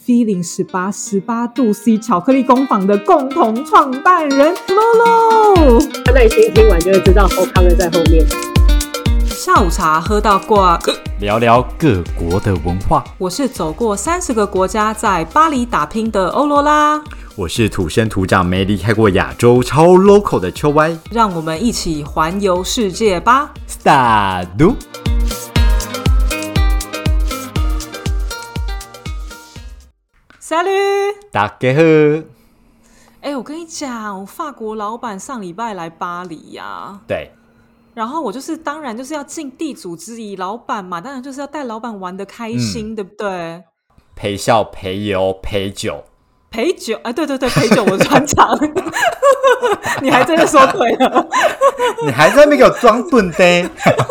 Feeling18 度 C 巧克力工坊的共同创办人 Lolo。 他耐心听完就会知道后康的在后面。 下午茶喝到挂， 聊聊各国的文化。 我是走过30个国家，在巴黎打拼的欧罗拉。 我是土生土长没离开过亚洲超 local 的秋歪。 让我们一起环游世界吧。 Start。 Salut， 大家好。 我跟你讲，我法国老板上礼拜来巴黎呀。 对， 然后我当然就是要尽地主之谊，老板嘛，当然就是要带老板玩得开心，对不对？ 陪笑陪游陪酒陪酒，对对对，陪酒我专长。你还真的说对了。 你还在那边给我装笨的。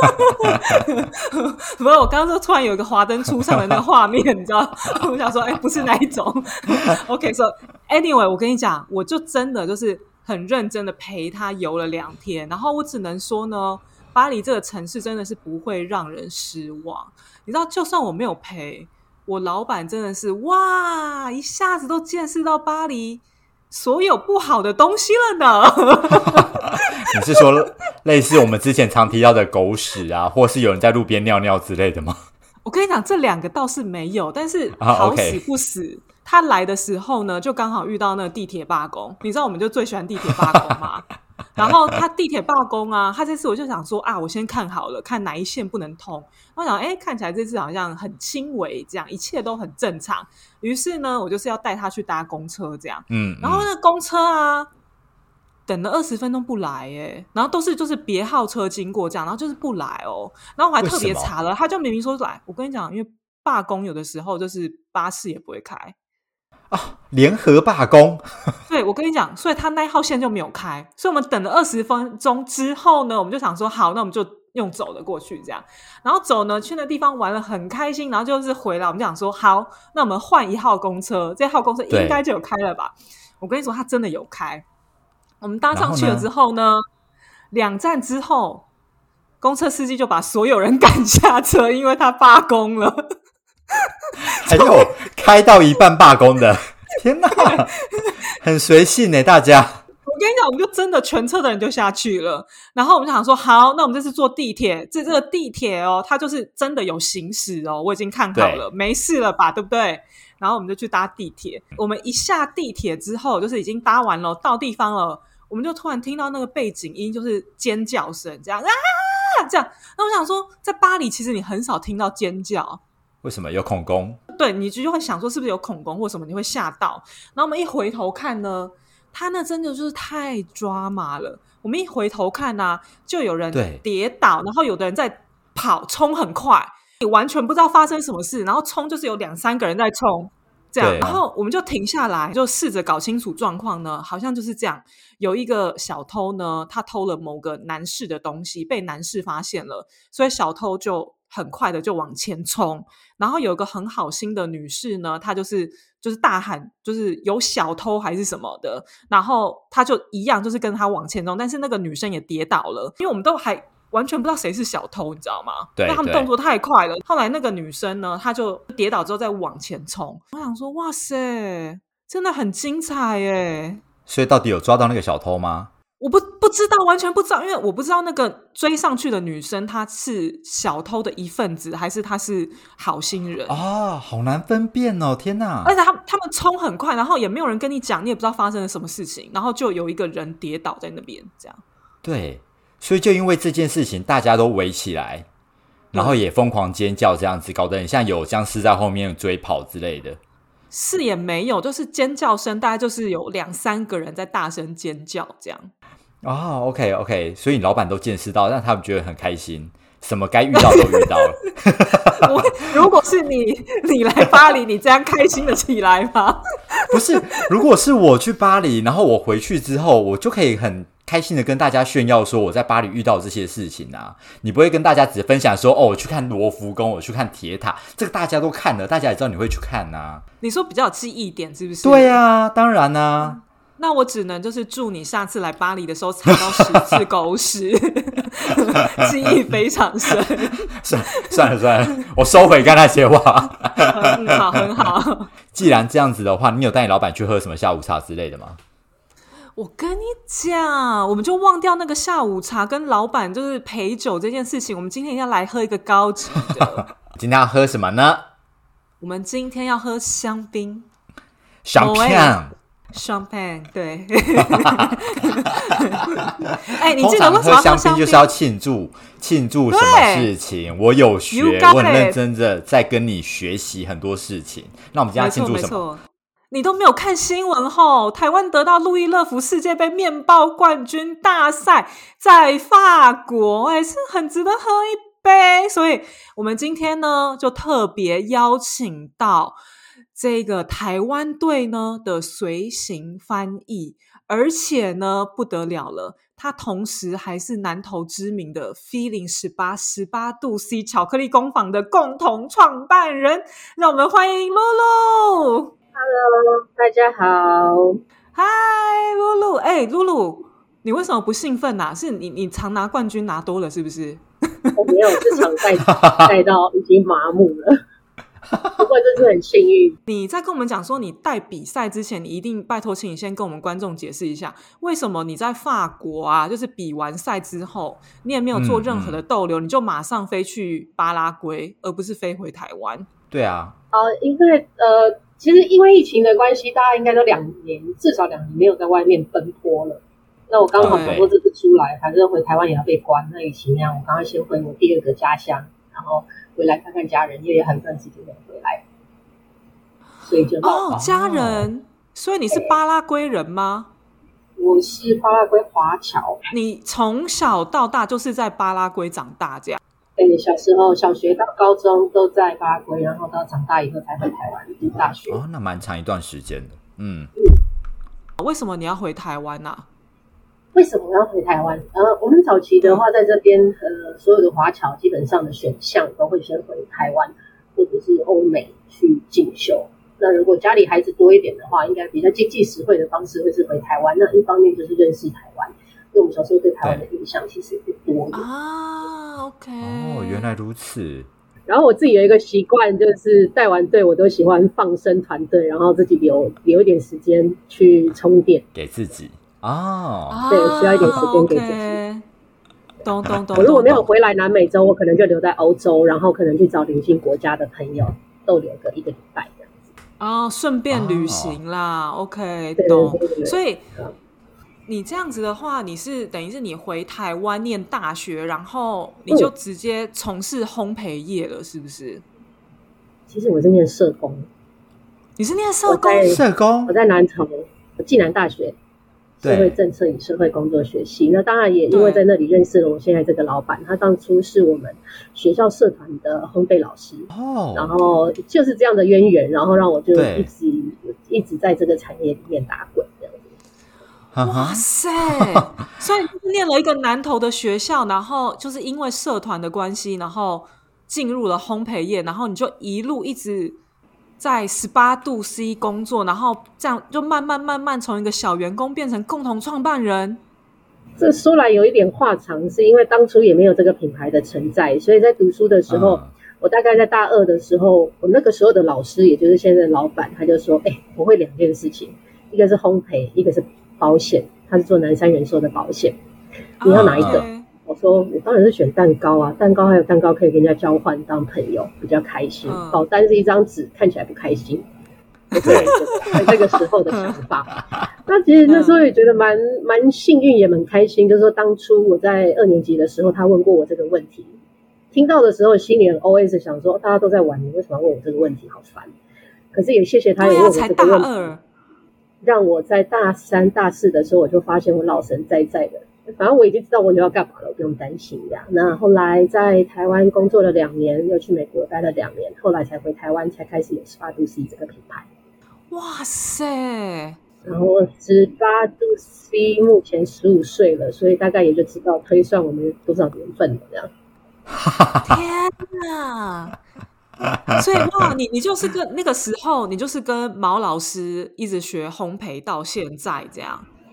不是，我刚刚就突然有一个华灯初上的那个画面，你知道？我想说，不是那一种。OK，so anyway， 我跟你讲，我就真的就是很认真的陪他游了2天，然后我只能说呢，巴黎这个城市真的是不会让人失望。你知道，就算我没有陪，我老板真的是哇，一下子都见识到巴黎所有不好的东西了呢。 你是说类似我们之前常提到的狗屎啊，或是有人在路边尿尿之类的吗？ 我跟你讲，这2个倒是没有，但是好死不死，他来的时候呢，就刚好遇到那个地铁罢工。你知道我们就最喜欢地铁罢工吗？然后他地铁罢工啊，他这次我就想说啊，我先看好了，看哪一线不能通。我想看起来这次好像很轻微，这样一切都很正常。于是呢，我就是要带他去搭公车这样。然后那公车啊，等了20分钟不来然后都是就是别号车经过这样，然后就是不来哦。然后我还特别查了，他就明明说来，我跟你讲，因为罢工有的时候就是巴士也不会开。 联合罢工。 对，我跟你讲，所以他那一号线就没有开，所以我们等了20分钟之后呢，我们就想说好，那我们就用走的过去这样，然后走呢去那地方玩了很开心，然后就是回来我们就想说好，那我们换1号公车，这号公车应该就有开了吧。我跟你说他真的有开，我们搭上去了之后呢，2站之后公车司机就把所有人赶下车，因为他罢工了。 还有开到一半罢工的。天哪，很随性大家。 我跟你讲，我们就真的全车的人就下去了，然后我们就想说好，那我们这次坐地铁，这个地铁它就是真的有行驶我已经看好了，没事了吧，对不对？然后我们就去搭地铁，我们一下地铁之后就是已经搭完了，到地方了，我们就突然听到那个背景音就是尖叫声，这样这样。那我想说在巴黎其实你很少听到尖叫。 为什么？有恐攻？ 对，你就会想说是不是有恐攻或什么，你会吓到。然后我们一回头看呢，他那真的就是太抓马了。我们一回头看啊，就有人跌倒，然后有的人在跑，冲很快，你完全不知道发生什么事，然后冲就是有2-3个人在冲这样。然后我们就停下来，就试着搞清楚状况呢，好像就是这样，有一个小偷呢，他偷了某个男士的东西，被男士发现了，所以小偷就很快的就往前冲。然后有一个很好心的女士呢，她就是大喊就是有小偷还是什么的，然后她就一样就是跟她往前冲，但是那个女生也跌倒了，因为我们都还完全不知道谁是小偷，你知道吗？对，他们动作太快了。后来那个女生呢，她就跌倒之后再往前冲。我想说哇塞，真的很精彩耶。 所以到底有抓到那个小偷吗？ 我不知道，完全不知道，因为我不知道那个追上去的女生她是小偷的一份子，还是她是好心人好难分辨哦，天哪！ 而且他们冲很快，然后也没有人跟你讲，你也不知道发生了什么事情，然后就有一个人跌倒在那边，这样。 对，所以就因为这件事情，大家都围起来，然后也疯狂尖叫，这样子搞得很像有僵尸在后面追跑之类的。 是也没有，就是尖叫声，大概就是有2-3个人在大声尖叫这样。 OK， 所以你老板都见识到，让他们觉得很开心，什么该遇到都遇到了。 如果是你来巴黎，你这样开心的起来吗？ 不是，如果是我去巴黎，然后我回去之后，我就可以很开心的跟大家炫耀说我在巴黎遇到这些事情啊。你不会跟大家只分享说我去看罗浮宫，我去看铁塔，这个大家都看了，大家也知道你会去看啊。 你说比较有记忆点是不是？ 对啊，当然啊。 那我只能就是祝你下次来巴黎的时候踩到10次狗屎。 记忆非常深。 算了，我收回刚才那些话。 好，很好。 既然这样子的话，你有带你老板去喝什么下午茶之类的吗？ 我跟你讲，我们就忘掉那个下午茶跟老板就是陪酒这件事情，我们今天要来喝一个高级的。 今天要喝什么呢？ 我们今天要喝香槟。Champagne，对。你记得为什么要喝香槟？就是要庆祝什么事情？我有学，我很认真的在跟你学习很多事情。那我们今天要庆祝什么？ 你都没有看新闻吼？台湾得到路易乐福世界杯面包冠军大赛在法国，是很值得喝一杯。所以我们今天呢，就特别邀请到这个台湾队呢的随行翻译，而且呢不得了了，他同时还是南投知名的 Feeling 18度 C 巧克力工坊的共同创办人，让我们欢迎露露。 Hello， 大家好。 嗨，露露。露露，你为什么不兴奋啊？是你常拿冠军拿多了是不是？ 我没有，是常带到已经麻木了。不过这是很幸运。 你在跟我们讲说你带比赛之前，你一定拜托请你先跟我们观众解释一下，为什么你在法国啊，就是比完赛之后你也没有做任何的逗留，你就马上飞去巴拉圭，而不是飞回台湾？ 对啊， 因为其实因为疫情的关系，大家应该都至少2年没有在外面奔波了。那我刚好想说这次出来，反正回台湾也要被关，那与其那样，我刚刚先回我第2个家乡，然后回来看看家人，因为也很短时间没回来，所以就家人。所以你是巴拉圭人吗？ 我是巴拉圭华侨。 你从小到大就是在巴拉圭长大这样？ 对，小时候小学到高中都在巴拉圭，然后到长大以后才回台湾读大学。 那蛮长一段时间的。 为什么你要回台湾啊？ 为什么要回台湾？我们早期的话，在这边所有的华侨基本上的选项都会先回台湾或者是欧美去进修。那如果家里孩子多一点的话，应该比较经济实惠的方式会是回台湾。那一方面就是认识台湾，因为我们小时候对台湾的印象其实不多 OK。 原来如此。 然后我自己有一个习惯，就是带完队我都喜欢放生团队，然后自己留一点时间去充电给自己。 对，需要一点时间给自己。 懂。 我如果没有回来南美洲，我可能就留在欧洲，然后可能去找邻近国家的朋友逗留个1个礼拜这样子。 顺便旅行啦。OK， 懂。 对。 所以你这样子的话，你是等于是你回台湾念大学，然后你就直接从事烘焙业了，是不是？ 其实我是念社工。 你是念社工？ 我在南投暨南大学社会政策与社会工作学系。那当然也因为在那里认识了我现在这个老板，他当初是我们学校社团的烘焙老师。然后就是这样的渊源，然后让我就一直在这个产业里面打滚。 哇塞！所以你念了一个南投的学校，然后就是因为社团的关系，然后进入了烘焙业，然后你就一路一直在18度 C 工作，然后这样就慢慢从一个小员工变成共同创办人。 这说来有一点话长，是因为当初也没有这个品牌的存在，所以在读书的时候，我大概在大2的时候，我那个时候的老师，也就是现在的老板，他就说：“我会2件事情，一个是烘焙，一个是保险。”他是做南山人寿的保险，你要哪一个？我说我当然是选蛋糕啊，蛋糕还有蛋糕可以跟人家交换当朋友，比较开心。保单是一张纸，看起来不开心。对，这个时候的想法。那其实那时候也觉得蛮幸运，也蛮开心。就是说当初我在2年级的时候，他问过我这个问题，听到的时候心里很 OS 想说，大家都在玩，你为什么要问我这个问题？好烦。可是也谢谢他也问我这个问题。让我在大3、大4的时候，我就发现我老神在的，反正我已经知道我要干嘛了，我不用担心呀。那后来在台湾工作了2年，又去美国待了2年，后来才回台湾，才开始有18度 C 这个品牌。 哇塞！ 然后18度 C 目前15岁了，所以大概也就知道推算我们多少年份了这样。 天哪！所以哇，你就是跟那个时候，你就是跟毛老师一直学烘焙到现在这样。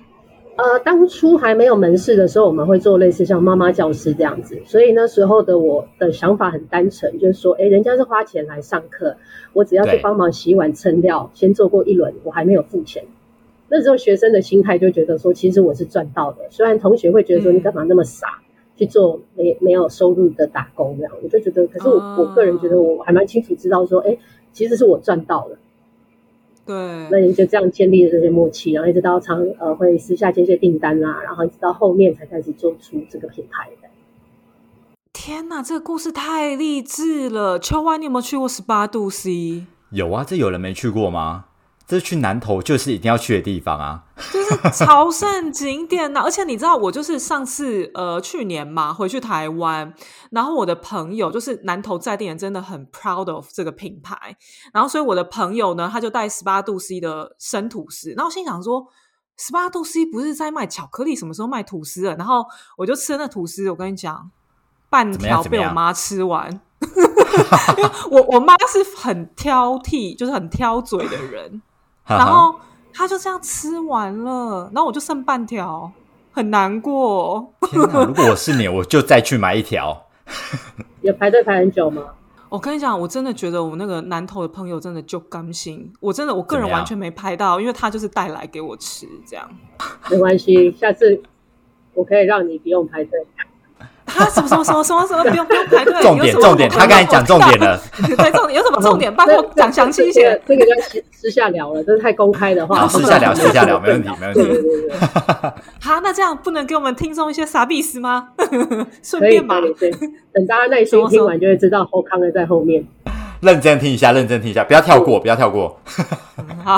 当初还没有门市的时候，我们会做类似像妈妈教师这样子，所以那时候的我的想法很单纯，就是说，人家是花钱来上课，我只要去帮忙洗碗称料，先做过一轮，我还没有付钱。那时候学生的心态就觉得说，其实我是赚到的，虽然同学会觉得说你干嘛那么傻去做没有收入的打工这样，我就觉得，可是我个人觉得我还蛮清楚知道说，其实是我赚到了。 对， 那你就这样建立了这些默契，然后一直到会私下接些订单啦，然后一直到后面才开始做出这个品牌的。 天哪，这个故事太励志了！秋湾，你有没有去过18度 C？ 有啊，这有人没去过吗？这去南投就是一定要去的地方啊， 就是朝圣景点而且你知道我就是上次去年嘛回去台湾，然后我的朋友就是南投在地人真的很 proud of 这个品牌，然后所以我的朋友呢他就带18度 C 的生吐司，然后心想说18度 C 不是在卖巧克力，什么时候卖吐司了？然后我就吃了那吐司，我跟你讲半条被我妈吃完因为我妈是很挑剔就是很挑嘴的人然后他就这样吃完了，然后我就剩半条，很难过。 天哪，如果我是你，我就再去买一条。 有排队排很久吗？ 我跟你讲，我真的觉得我那个南投的朋友真的就甘心，我个人完全没拍到，因为他就是带来给我吃，这样。 没关系，下次我可以让你不用排队。 什么不用排队？ 重点，他刚才讲重点了。 对，重点有什么重点？拜托讲详细一些。 这个就私下聊了，这是太公开的话。 私下聊，没问题。 对。 好，那这样不能给我们听众一些傻逼思吗？顺便嘛。 对，等大家耐心听完就会知道后康的在后面。 认真听一下，不要跳过。 好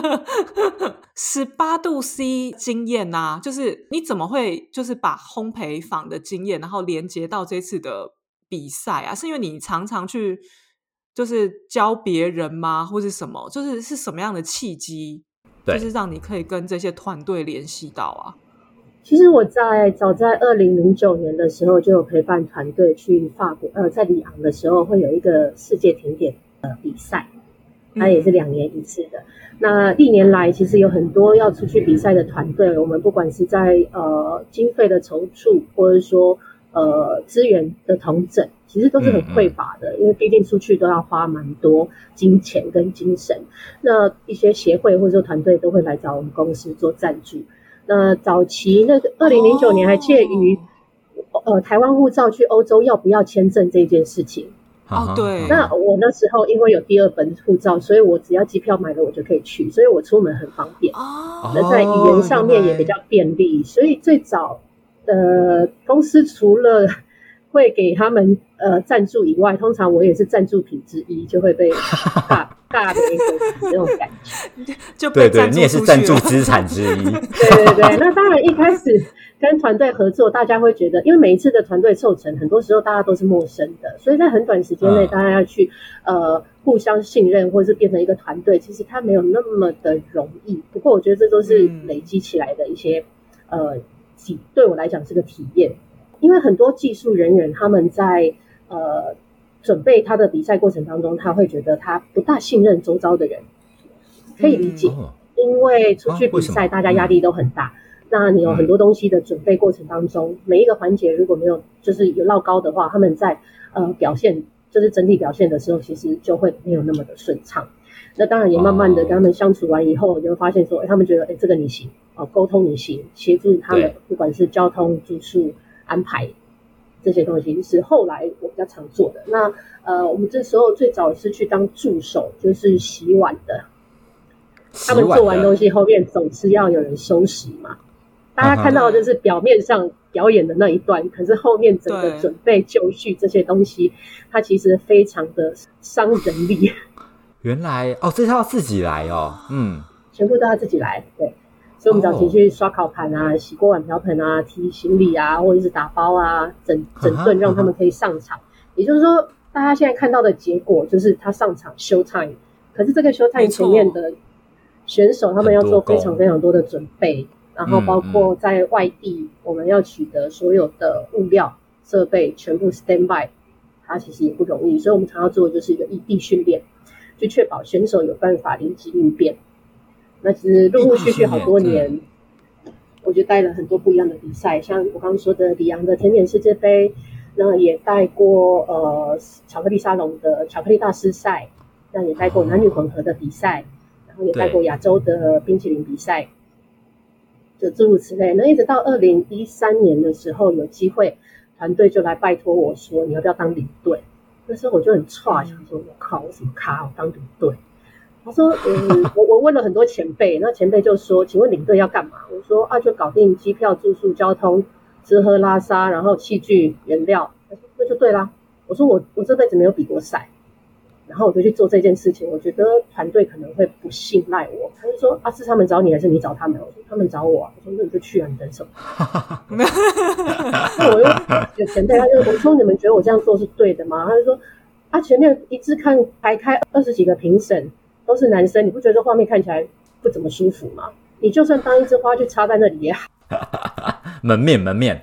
，18度 C 经验啊，就是你怎么会就是把烘焙坊的经验，然后连接到这次的比赛啊？是因为你常常去就是教别人吗，或是什么？是什么样的契机，就是让你可以跟这些团队联系到啊？ 其实我早在2009年的时候就有陪伴团队去法国，在里昂的时候会有一个世界甜点比赛，它也是2年一次的。那历年来其实有很多要出去比赛的团队，我们不管是在经费的筹措，或者说资源的统整，其实都是很匮乏的，因为毕竟出去都要花蛮多金钱跟精神。那一些协会或者说团队都会来找我们公司做赞助。那早期那个2009年还介于台湾护照去欧洲要不要签证这件事情。 对。 那我那时候因为有第2本护照，所以我只要机票买了我就可以去，所以我出门很方便。那在语言上面也比较便利，所以最早公司除了会给他们赞助以外，通常我也是赞助品之一，就会被大的一个那种感觉。 就被对，你也是赞助资产之一。 对，那当然一开始跟团队合作，大家会觉得，因为每一次的团队凑成，很多时候大家都是陌生的，所以在很短时间内，大家要去互相信任，或是变成一个团队，其实它没有那么的容易。不过我觉得这都是累积起来的一些对我来讲是个体验。因为很多技术人员他们在准备他的比赛过程当中，他会觉得他不大信任周遭的人，可以理解，因为出去比赛大家压力都很大，那你有很多东西的准备过程当中，每一个环节如果没有就是有落高的话，他们在表现就是整体表现的时候，其实就会没有那么的顺畅。那当然也慢慢的跟他们相处完以后，就会发现说，他们觉得这个你行，沟通你行，协助他们不管是交通住宿安排这些东西是后来我比较常做的。那我们这时候最早是去当助手，就是洗碗的。他们做完东西后面总是要有人收拾嘛。大家看到的就是表面上表演的那一段，可是后面整个准备就绪这些东西，它其实非常的伤人力。 原来这是要自己来全部都要自己来，对。所以我们早期去刷烤盘啊、洗锅碗瓢盆啊、提行李啊，或者是打包啊，整顿让他们可以上场。也就是说，大家现在看到的结果就是他上场 show time， 可是这个 show time 前面的选手他们要做非常非常多的准备，然后包括在外地我们要取得所有的物料设备全部 stand by， 它其实也不容易。所以我们常要做的就是一个异地训练，去确保选手有办法临机应变。那其实陆陆续续好多年， 我就带了很多不一样的比赛，像我刚刚说的里昂的甜点世界杯，那也带过巧克力沙龙的巧克力大师赛，那也带过男女混合的比赛，然后也带过亚洲的冰淇淋比赛，就诸如此类。那一直到2013年的时候，有机会团队就来拜托我说你要不要当领队。那时候我就很差，想说我靠，我什么咖，我当领队。他说我问了很多前辈，那前辈就说请问领队要干嘛？我说就搞定机票住宿交通吃喝拉撒，然后器具原料。他说那就对啦。我说我这辈子没有比过赛，然后我就去做这件事情。我觉得团队可能会不信赖我，他就说是他们找你还是你找他们？我说他们找我啊。我说那你就去啊，你等什么？那我又有前辈，我说你们觉得我这样做是对的吗？他就说前面一次看排开20几个评审都是男生，你不觉得画面看起来不怎么舒服吗？你就算当一枝花去插在那里也好。 门面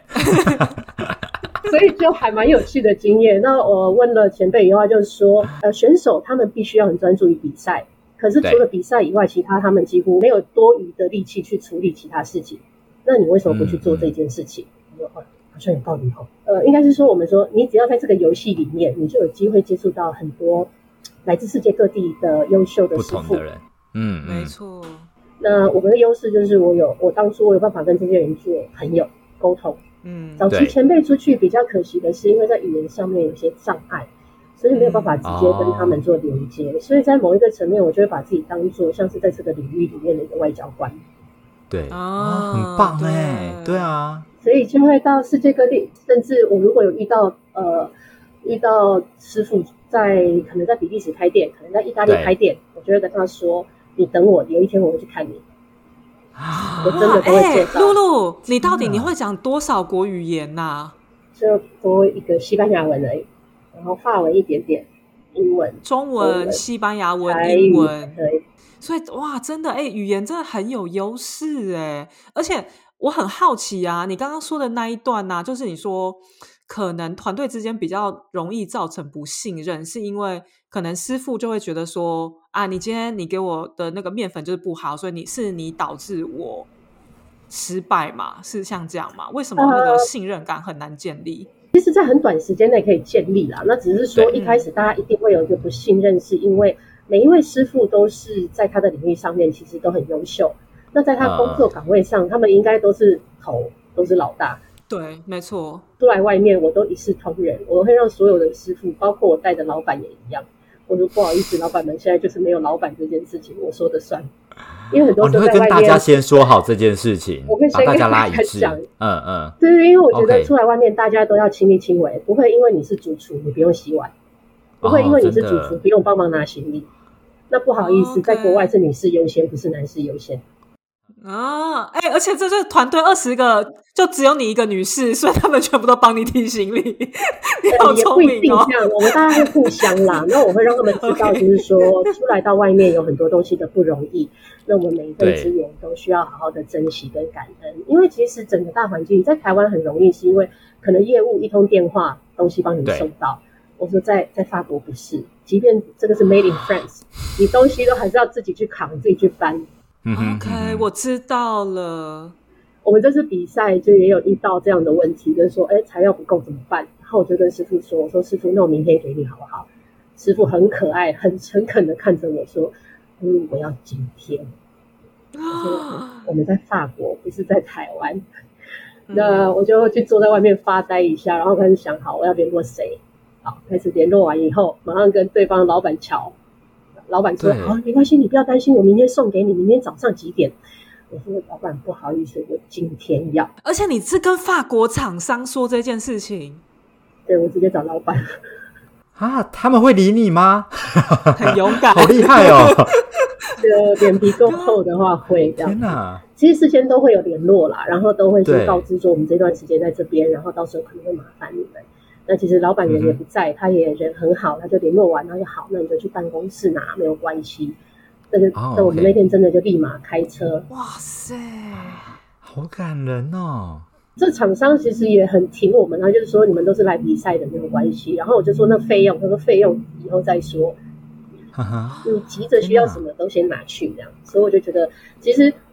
所以就还蛮有趣的经验。那我问了前辈以后，就是说选手他们必须要很专注于比赛，可是除了比赛以外，其他他们几乎没有多余的力气去处理其他事情。那你为什么不去做这件事情？我说好像有道理应该是说我们说你只要在这个游戏里面，你就有机会接触到很多来自世界各地的优秀的师傅不同的人。 没错。 那我们的优势就是我当初我有办法跟这些人做朋友沟通。早期前辈出去比较可惜的是，因为在语言上面有些障碍，所以没有办法直接跟他们做连接。所以在某一个层面，我就会把自己当做像是在这个领域里面的一个外交官。 对很棒对啊。 所以就会到世界各地，甚至我如果有遇到师傅可能在比利时开店，可能在意大利开店，我就会跟他说：“你等我，有一天我会去看你。”我真的都会做到。 露露，你到底你会讲多少国语言呐？ 就多一个西班牙文而已，然后法文一点点，英文、 中文、西班牙文、英文。所以哇，真的语言真的很有优势而且我很好奇啊，你刚刚说的那一段啊，就是你说可能团队之间比较容易造成不信任，是因为可能师傅就会觉得说你今天你给我的那个面粉就是不好，所以你导致我失败嘛？是像这样吗？为什么那个信任感很难建立？ 其实在很短时间内可以建立啦，那只是说一开始大家一定会有一个不信任，是因为每一位师傅都是在他的领域上面其实都很优秀，那在他工作岗位上他们应该都是头，都是老大。 对，没错。 出来外面我都一视同仁，我会让所有的师傅，包括我带的老板也一样。我说不好意思，老板们现在就是没有老板这件事情，我说的算。因为很多时候在外面， 你会跟大家先说好这件事情， 我会先跟把大家拉一致。 对，因为我觉得出来外面大家都要亲力亲为，不会因为你是主厨你不用洗碗，不会因为你是主厨不用帮忙拿行李。那不好意思，在国外是女士优先，不是男士优先。 而且这团队20个就只有你一个女士，所以他们全部都帮你提行李。你好聪明也不一定这样，我们大家会互相啦。那我会让他们知道，就是说出来到外面有很多东西的不容易，那我们每一份资源都需要好好的珍惜跟感恩。因为其实整个大环境在台湾很容易，是因为可能业务一通电话，东西帮你送到。我说在法国不是，即便这个是 Made in France， 你东西都还是要自己去扛，自己去搬。 OK， 我知道了。 我们这次比赛就也有遇到这样的问题，就是说材料不够怎么办？然后我就跟师傅说，我说师傅，那我明天给你好不好？师傅很可爱很诚恳的看着我说，我要今天。我说我们在法国不是在台湾。那我就去坐在外面发呆一下，然后开始想好我要联络谁。好，开始联络完以后，马上跟对方的老板瞧。老板说好，没关系，你不要担心，我明天送给你，明天早上几点？我说老板不好意思，我今天要。 而且你是跟法国厂商说这件事情？ 对，我直接找老板。 他们会理你吗？ 很勇敢， 好厉害哦！ 脸皮够厚的话会这样。 天哪！ 其实事先都会有联络啦，然后都会先告知说我们这段时间在这边，然后到时候可能会麻烦你们。那其实老板人也不在，他也人很好，他就联络完，他就好，那你就去办公室拿，没有关系。那我们那天真的就立马开车。 哇塞， 好感人哦！ 这厂商其实也很挺我们，他就是说你们都是来比赛的，没有关系。然后我就说那费用，他说费用以后再说。你急着需要什么都先拿去这样。所以我就觉得，其实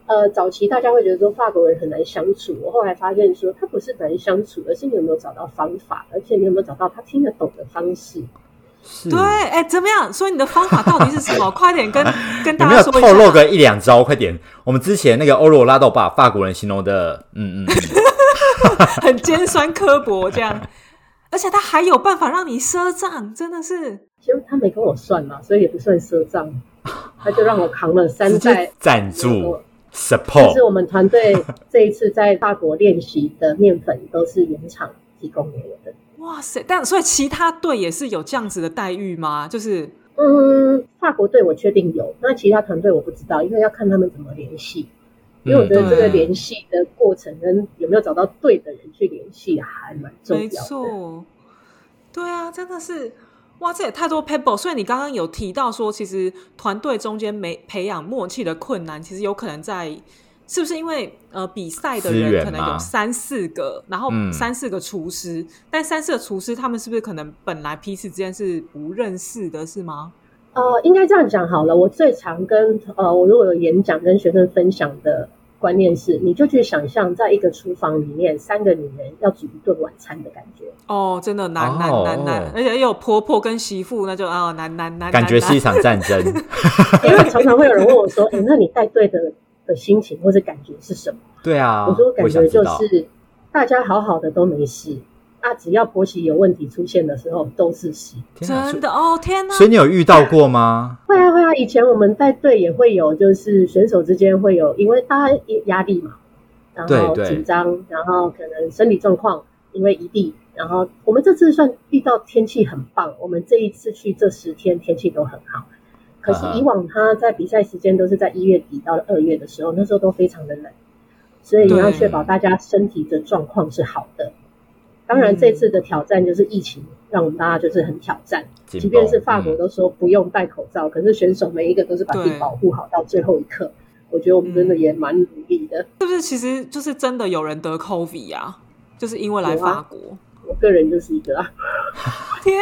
早期大家会觉得说法国人很难相处，我后来发现说他不是难相处，而是你有没有找到方法，而且你有没有找到他听得懂的方式。 对，怎么样？所以你的方法到底是什么？快点跟大家说一下。 有没有透露个1-2招？快点！我们之前那个欧罗拉多把法国人形容的， 很尖酸刻薄这样，而且他还有办法让你赊账，真的是。 其实他没跟我算嘛，所以也不算赊账，他就让我扛了3袋赞助 support。 就是我们团队这一次在法国练习的面粉都是原厂提供给我的。 哇塞！但所以其他队也是有这样子的待遇吗？就是法国队我确定有，那其他团队我不知道，因为要看他们怎么联系。因为我觉得这个联系的过程跟有没有找到对的人去联系还蛮重要的。没错，对啊，真的是哇，这也太多 people。所以你刚刚有提到说，其实团队中间培养默契的困难，其实有可能在。是不是因为比赛的人可能有3-4个，然后3-4个厨师，但3-4个厨师他们是不是可能本来彼此之间是不认识的，是吗？ 应该这样讲好了。我最常跟我如果有演讲跟学生分享的观念是，你就去想象在一个厨房里面3个女人要煮一顿晚餐的感觉。 真的难，而且又有婆婆跟媳妇，那就难， 感觉是一场战争。 因为常常会有人问我说，那你带队的心情或者感觉是什么？ 对啊， 我说感觉就是大家好好的都没事只要婆媳有问题出现的时候都是事。 真的天哪！ 所以你有遇到过吗？ 会啊，以前我们带队也会有，就是选手之间会有，因为大家压力嘛，然后紧张，然后可能身体状况因为异地，然后我们这次算遇到天气很棒，我们这一次去这10天天气都很好。可是以往他在比赛时间都是在1月底到2月的时候，那时候都非常的冷，所以你要确保大家身体的状况是好的。当然这次的挑战就是疫情让我们大家就是很挑战，即便是法国都说不用戴口罩，可是选手每一个都是把自己保护好到最后一刻。我觉得我们真的也蛮努力的。 是不是其实就是真的有人得 COVID 啊，就是因为来法国？ 我个人就是一个天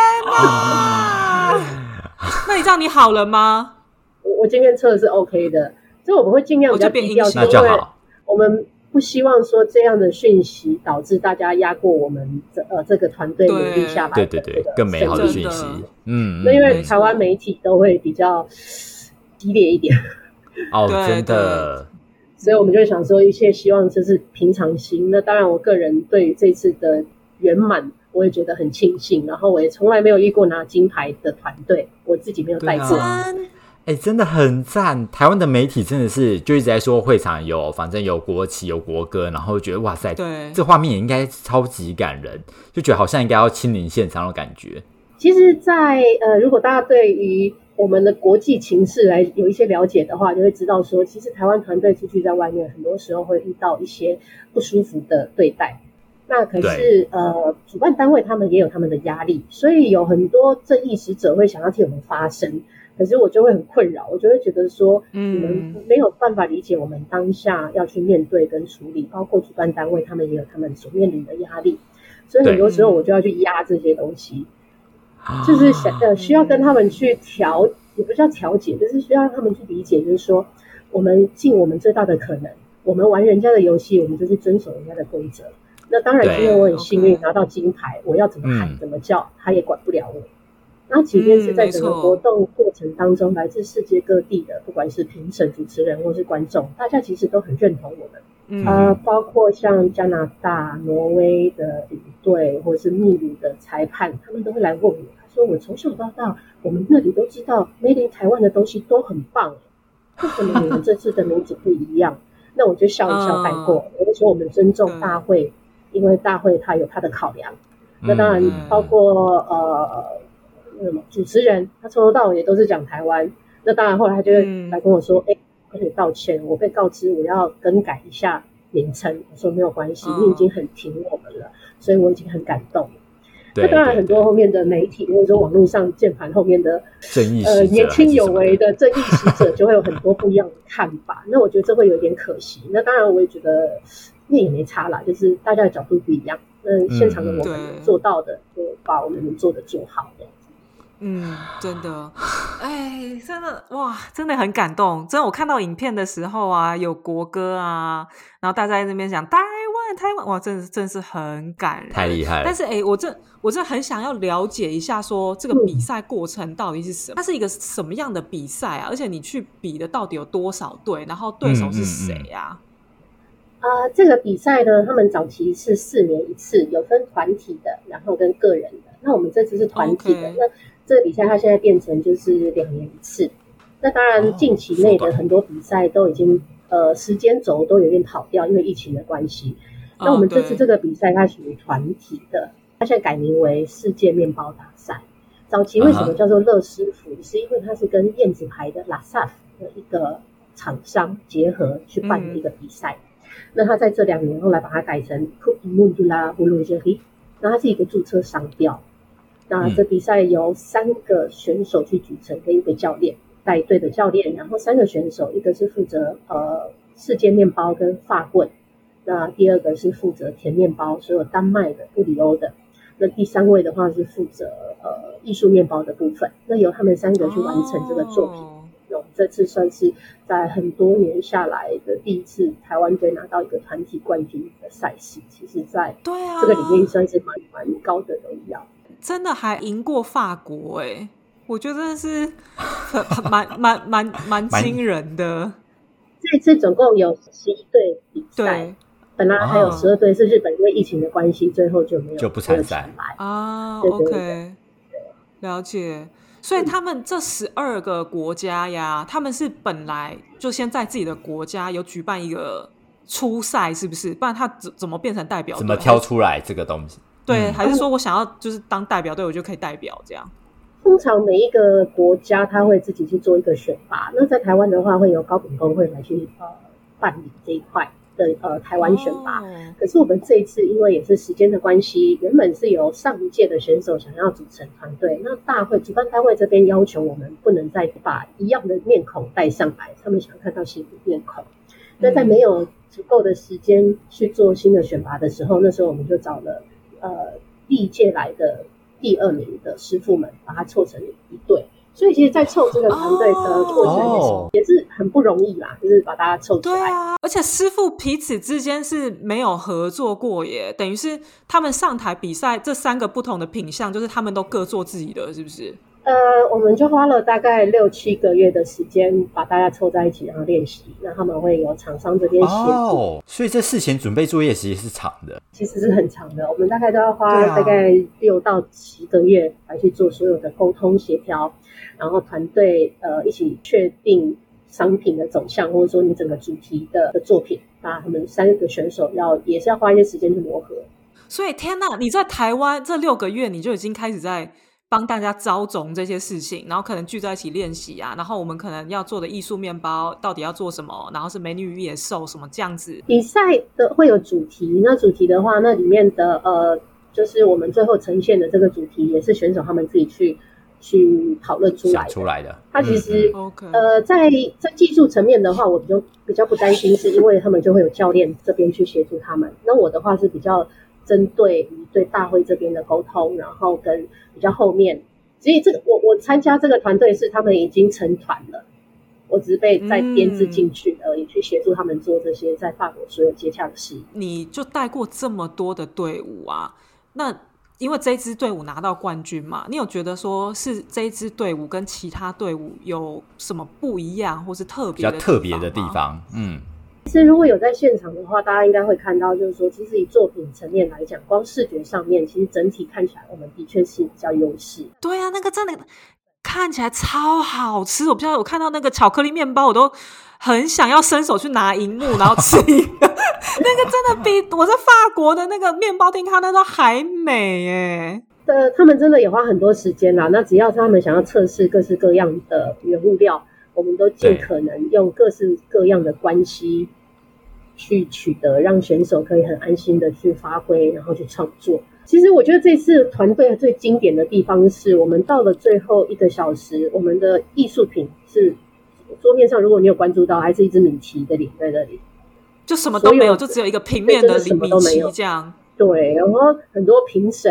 哪那你知道你好了吗？ 我今天测的是 OK 的，所以我们会尽量比较低调，因为我们不希望说这样的讯息导致大家压过我们这个团队努力下来的对更美好的讯息。 那因为台湾媒体都会比较激烈一点真的， 所以我们就想说一切希望这是平常心。那当然我个人对于这次的圆满我也觉得很庆幸，然后我也从来没有遇过拿金牌的团队，我自己没有带过。 真的很赞！台湾的媒体真的是就一直在说会场反正有国旗有国歌，然后觉得哇塞，这画面也应该超级感人，就觉得好像应该要亲临现场的感觉。 其实在如果大家对于我们的国际情势来有一些了解的话，就会知道说其实台湾团队出去在外面很多时候会遇到一些不舒服的对待。那可是主办单位他们也有他们的压力，所以有很多正义使者会想要替我们发声，可是我就会很困扰，我就会觉得说你们没有办法理解我们当下要去面对跟处理，包括主办单位他们也有他们所面临的压力，所以很多时候我就要去压这些东西，就是需要跟他们去也不叫调解，就是需要让他们去理解，就是说我们尽我们最大的可能，我们玩人家的游戏，我们就是遵守人家的规则。那当然因为我很幸运拿到金牌，我要怎么喊怎么叫他也管不了我。那即便是在整个活动过程当中，来自世界各地的不管是评审、主持人或是观众，大家其实都很认同我们。包括像加拿大、挪威的领队或是秘鲁的裁判，他们都会来问我，他说我从小到大我们那里都知道 Made in 台湾的东西都很棒，为什么你们这次的名字不一样？那我就笑一笑带过，我就说我们尊重大会，因为大会它有它的考量。那当然包括主持人他从头到尾也都是讲台湾，那当然后来他就来跟我说跟你道歉，我被告知我要更改一下名称。我说没有关系，你已经很挺我们了，所以我已经很感动了。那当然很多后面的媒体或者说网络上键盘后面的正义使者年轻有为的正义使者就会有很多不一样的看法那我觉得这会有点可惜。那当然我也觉得那也没差啦，就是大家的角度不一样，那现场的我们做到的就把我们能做的做好的。 真的，哎，真的哇，真的很感动。真的，我看到影片的时候啊，有国歌啊，然后大家在那边讲台湾，哇，真的是很感人， 太厉害了。 但是我真的很想要了解一下，说这个比赛过程到底是什么？它是一个什么样的比赛啊？而且你去比的到底有多少队？然后对手是谁啊？ 这个比赛呢，他们早期是4年一次，有分团体的，然后跟个人的。那我们这次是团体的，那这个比赛它现在变成就是2年一次。那当然近期内的很多比赛都已经时间轴都有点跑掉，因为疫情的关系。那我们这次这个比赛它属于团体的，它现在改名为世界面包大赛。早期为什么叫做乐师傅？是因为它是跟燕子牌的 LASAF 的一个厂商结合去办的一个比赛。那他在这2年后来把它改成 Coupe du Monde de la Boulangerie， 那它是一个注册商标。那这比赛由3个选手去组成，跟一个教练带队的教练，然后3个选手，一个是负责世界面包跟法棍，那第2个是负责甜面包，所有丹麦的、布里欧的，那第3位的话是负责艺术面包的部分。那由他们3个去完成这个作品。那我们这次算是在很多年下来的第一次台湾队拿到一个团体冠军的赛事，其实在这个里面算是蛮高的荣耀， 真的还赢过法国我觉得真的是蛮惊人的。 这次总共有11队比赛，本来还有12队是日本因为疫情的关系最后就没有就不参赛啊。 对 OK， 了解。所以他们这12个国家呀，他们是本来就先在自己的国家有举办一个初赛，是不是？不然他怎么变成代表队？ 怎么挑出来这个东西？ 对，还是说我想要就是当代表队，我就可以代表这样？ 通常每一个国家他会自己去做一个选拔，那在台湾的话会由高等工会来去办理这一块的台湾选拔。可是我们这一次因为也是时间的关系，原本是由上一届的选手想要组成团队，那主办单位这边要求我们不能再把一样的面孔带上来，他们想看到新的面孔。那在没有足够的时间去做新的选拔的时候，那时候我们就找了第一届来的第2名的师傅们，把它凑成一队。所以其实在凑这个团队的过程也是很不容易啦，就是把大家凑出来。 对啊，而且师傅彼此之间是没有合作过耶，等于是他们上台比赛这3个不同的品项，就是他们都各做自己的，是不是？ 我们就花了大概6-7个月的时间把大家凑在一起，然后练习。那他们会有厂商这边协助， 所以这事前准备作业其实是长的， 其实是很长的。我们大概都要花大概6到10个月来去做所有的沟通协调，然后团队一起确定商品的走向，或者说你整个主题的作品。那他们3个选手也是要花一些时间去磨合。 所以天哪，你在台湾这6个月你就已经开始在帮大家招总这些事情，然后可能聚在一起练习啊，然后我们可能要做的艺术面包到底要做什么，然后是美女与野兽什么这样子。 比赛的会有主题，那主题的话，那里面的就是我们最后呈现的这个主题也是选手他们自己去讨论出来的。他其实在技术层面的话，我比较不担心，是因为他们就会有教练这边去协助他们。那我的话是比较针对于对大会这边的沟通，然后跟比较后面，所以这个我参加这个团队是他们已经成团了，我只是被再编制进去而已，去协助他们做这些在法国所有接洽的事宜。 你就带过这么多的队伍啊，那因为这支队伍拿到冠军嘛，你有觉得说是这一支队伍跟其他队伍有什么不一样或是比较特别的地方？ 其实如果有在现场的话，大家应该会看到，就是说其实以作品层面来讲，光视觉上面其实整体看起来我们的确是比较优势。 对啊，那个真的看起来超好吃，我看到那个巧克力面包我都很想要伸手去拿萤幕然后吃一个那个真的比我在法国的那个面包店看那都还美耶。 他们真的也花很多时间啦，那只要他们想要测试各式各样的原物料，我们都尽可能用各式各样的关系去取得，让选手可以很安心的去发挥，然后去创作。其实我觉得这次团队最经典的地方是，我们到了最后1个小时，我们的艺术品是桌面上，如果你有关注到，还是一只米奇的脸在那里， 就什么都没有，就只有一个平面的米奇这样。 对，然后很多评审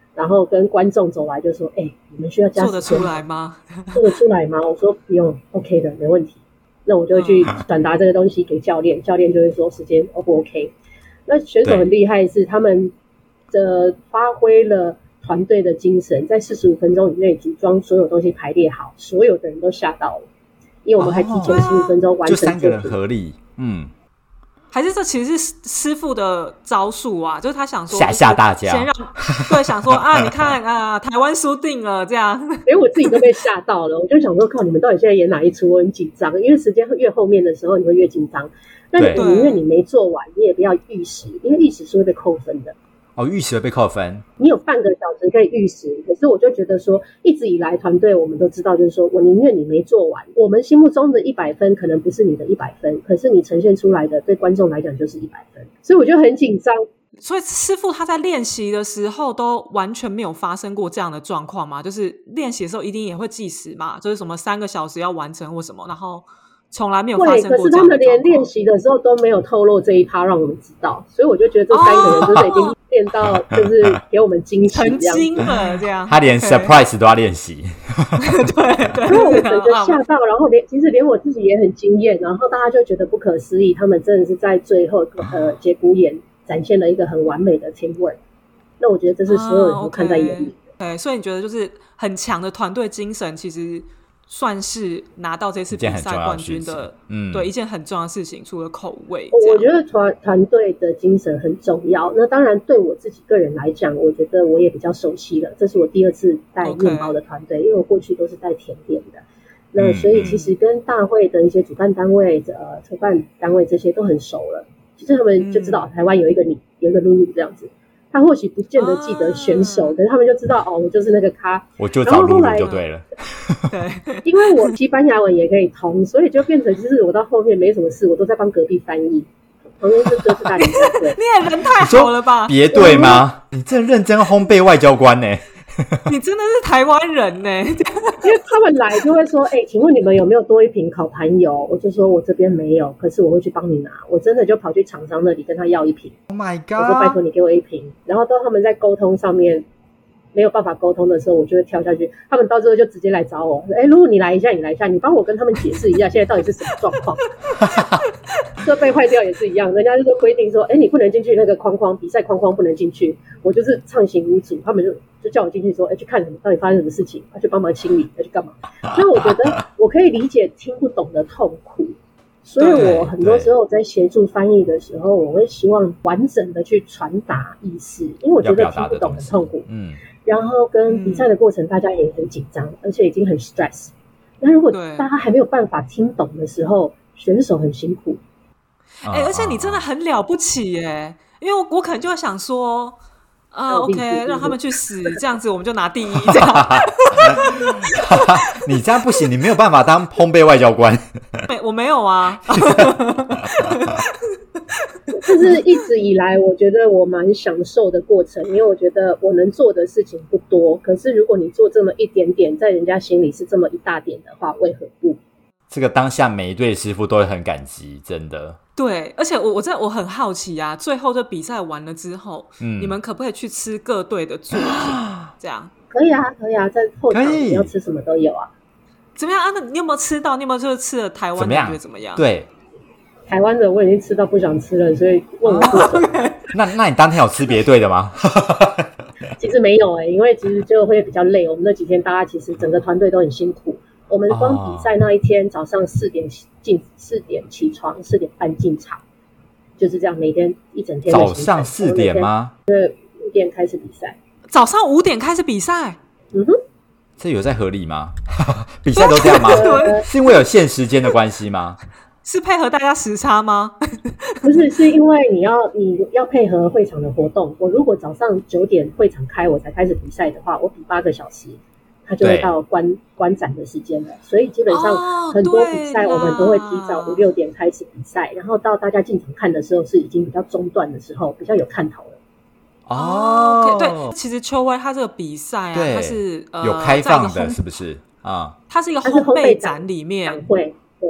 然后跟观众走来就说：“你们需要加时间做得出来吗？ 做得出来吗？”我说：“不用 ，OK 的，没问题。”那我就会去转达这个东西给教练，教练就会说时间 O 不 OK。那选手很厉害是他们发挥了团队的精神，在45分钟以内组装所有东西排列好，所有的人都吓到了，因为我们还提前15分钟完成就3个人合力， 还是这其实是师傅的招数啊，就是他想说吓大家， 先让对想说你看台湾输定了这样， 因为我自己都被吓到了，我就想说靠，你们到底现在演哪一出？我很紧张，因为时间越后面的时候你会越紧张。那你宁愿你没做完，你也不要预时，因为预时是会被扣分的。 预时会被扣分。 你有半个小时可以预时，可是我就觉得说，一直以来团队我们都知道，就是说我宁愿你没做完。我们心目中的100分可能不是你的100分，可是你呈现出来的对观众来讲就是100分，所以我就很紧张。 所以师傅他在练习的时候都完全没有发生过这样的状况嘛？就是练习的时候一定也会计时嘛，就是什么3个小时要完成或什么，然后从来没有发生过这样的状况。 可是他们连练习的时候都没有透露这一趴让我们知道，所以我就觉得这3个人真的已经练到就是给我们惊喜成精了这样。 他连 surprise 都要练习。 对，因为我整个吓到，然后其实连我自己也很惊艳，然后大家就觉得不可思议，他们真的是在最后节骨眼展现了一个很完美的 teamwork。那我觉得这是所有人都看在眼里的。 对，所以你觉得就是很强的团队精神，其实算是拿到这次比赛冠军的，对，一件很重要的事情，除了口味。 我觉得团队的精神很重要。那当然，对我自己个人来讲，我觉得我也比较熟悉了。这是我第2次带面包的团队，因为我过去都是带甜点的。那所以其实跟大会的一些主办单位、筹办单位这些都很熟了。其实他们就知道台湾有一个露露这样子。他或许不见得记得选手，可是他们就知道我就是那个咖， 我就找露露就对了。 对， 因为我西班牙文也可以通，所以就变成就是我到后面没什么事，我都在帮隔壁翻译。旁边是哥斯达黎加队， 你也人太好了吧？ 别队吗？你真认真烘焙外交官呢？ 你真的是台湾人呢， 因为他们来就会说，请问你们有没有多一瓶烤盘油？我就说我这边没有，可是我会去帮你拿。我真的就跑去厂商那里跟他要1瓶。 Oh my god！ 我说拜托你给我1瓶。然后到他们在沟通上面没有办法沟通的时候，我就会跳下去。他们到最后就直接来找我，如果你来一下，你帮我跟他们解释一下现在到底是什么状况。设备坏掉也是一样，人家就是规定说，你不能进去那个框框，比赛框框不能进去。我就是畅行无阻，他们就叫我进去说，去看什么，到底发生什么事情，去帮忙清理，去干嘛？那我觉得我可以理解听不懂的痛苦，所以我很多时候在协助翻译的时候，我会希望完整的去传达意思，因为我觉得听不懂很痛苦。然后跟比赛的过程，大家也很紧张，而且已经很 stress。那如果大家还没有办法听懂的时候，选手很辛苦。 而且你真的很了不起耶，因为我可能就会想说OK 让他们去死，这样子我们就拿第一这样。 你这样不行，你没有办法当烘焙外交官。 我没有啊。 就是一直以来我觉得我蛮享受的过程，因为我觉得我能做的事情不多，可是如果你做这么一点点，在人家心里是这么一大点的话，为何不？ 这个当下每一对师傅都会很感激，真的。 对，而且我很好奇啊，最后这比赛完了之后，你们可不可以去吃各队的作品？这样可以啊，在后场你要吃什么都有啊。 怎么样啊？那你有没有吃到？你有没有就是吃了台湾的？你觉得怎么样？ 对， 台湾的我已经吃到不想吃了，所以问我做什么。 那你当天有吃别队的吗？ 其实没有因为其实就会比较累。我们那几天大家其实整个团队都很辛苦。我们光比赛那一天早上4点起床，4点半进场，就是这样，每天一整天的行程。 早上4点吗？ 对，5点开始比赛。 早上5点开始比赛？ 这有在合理吗？比赛都这样吗？是因为有限时间的关系吗？ 是配合大家时差吗？ 不是，是因为你要配合会场的活动。我如果早上9点会场开，我才开始比赛的话，我比8个小时。它就会到观展的时间了，所以基本上很多比赛我们都会提早5、6点开始比赛，然后到大家进场看的时候是已经比较中段的时候，比较有看头了。 对，其实秋威它这个比赛啊，它是有开放的，是不是啊？ 它是一个烘焙展里面， 会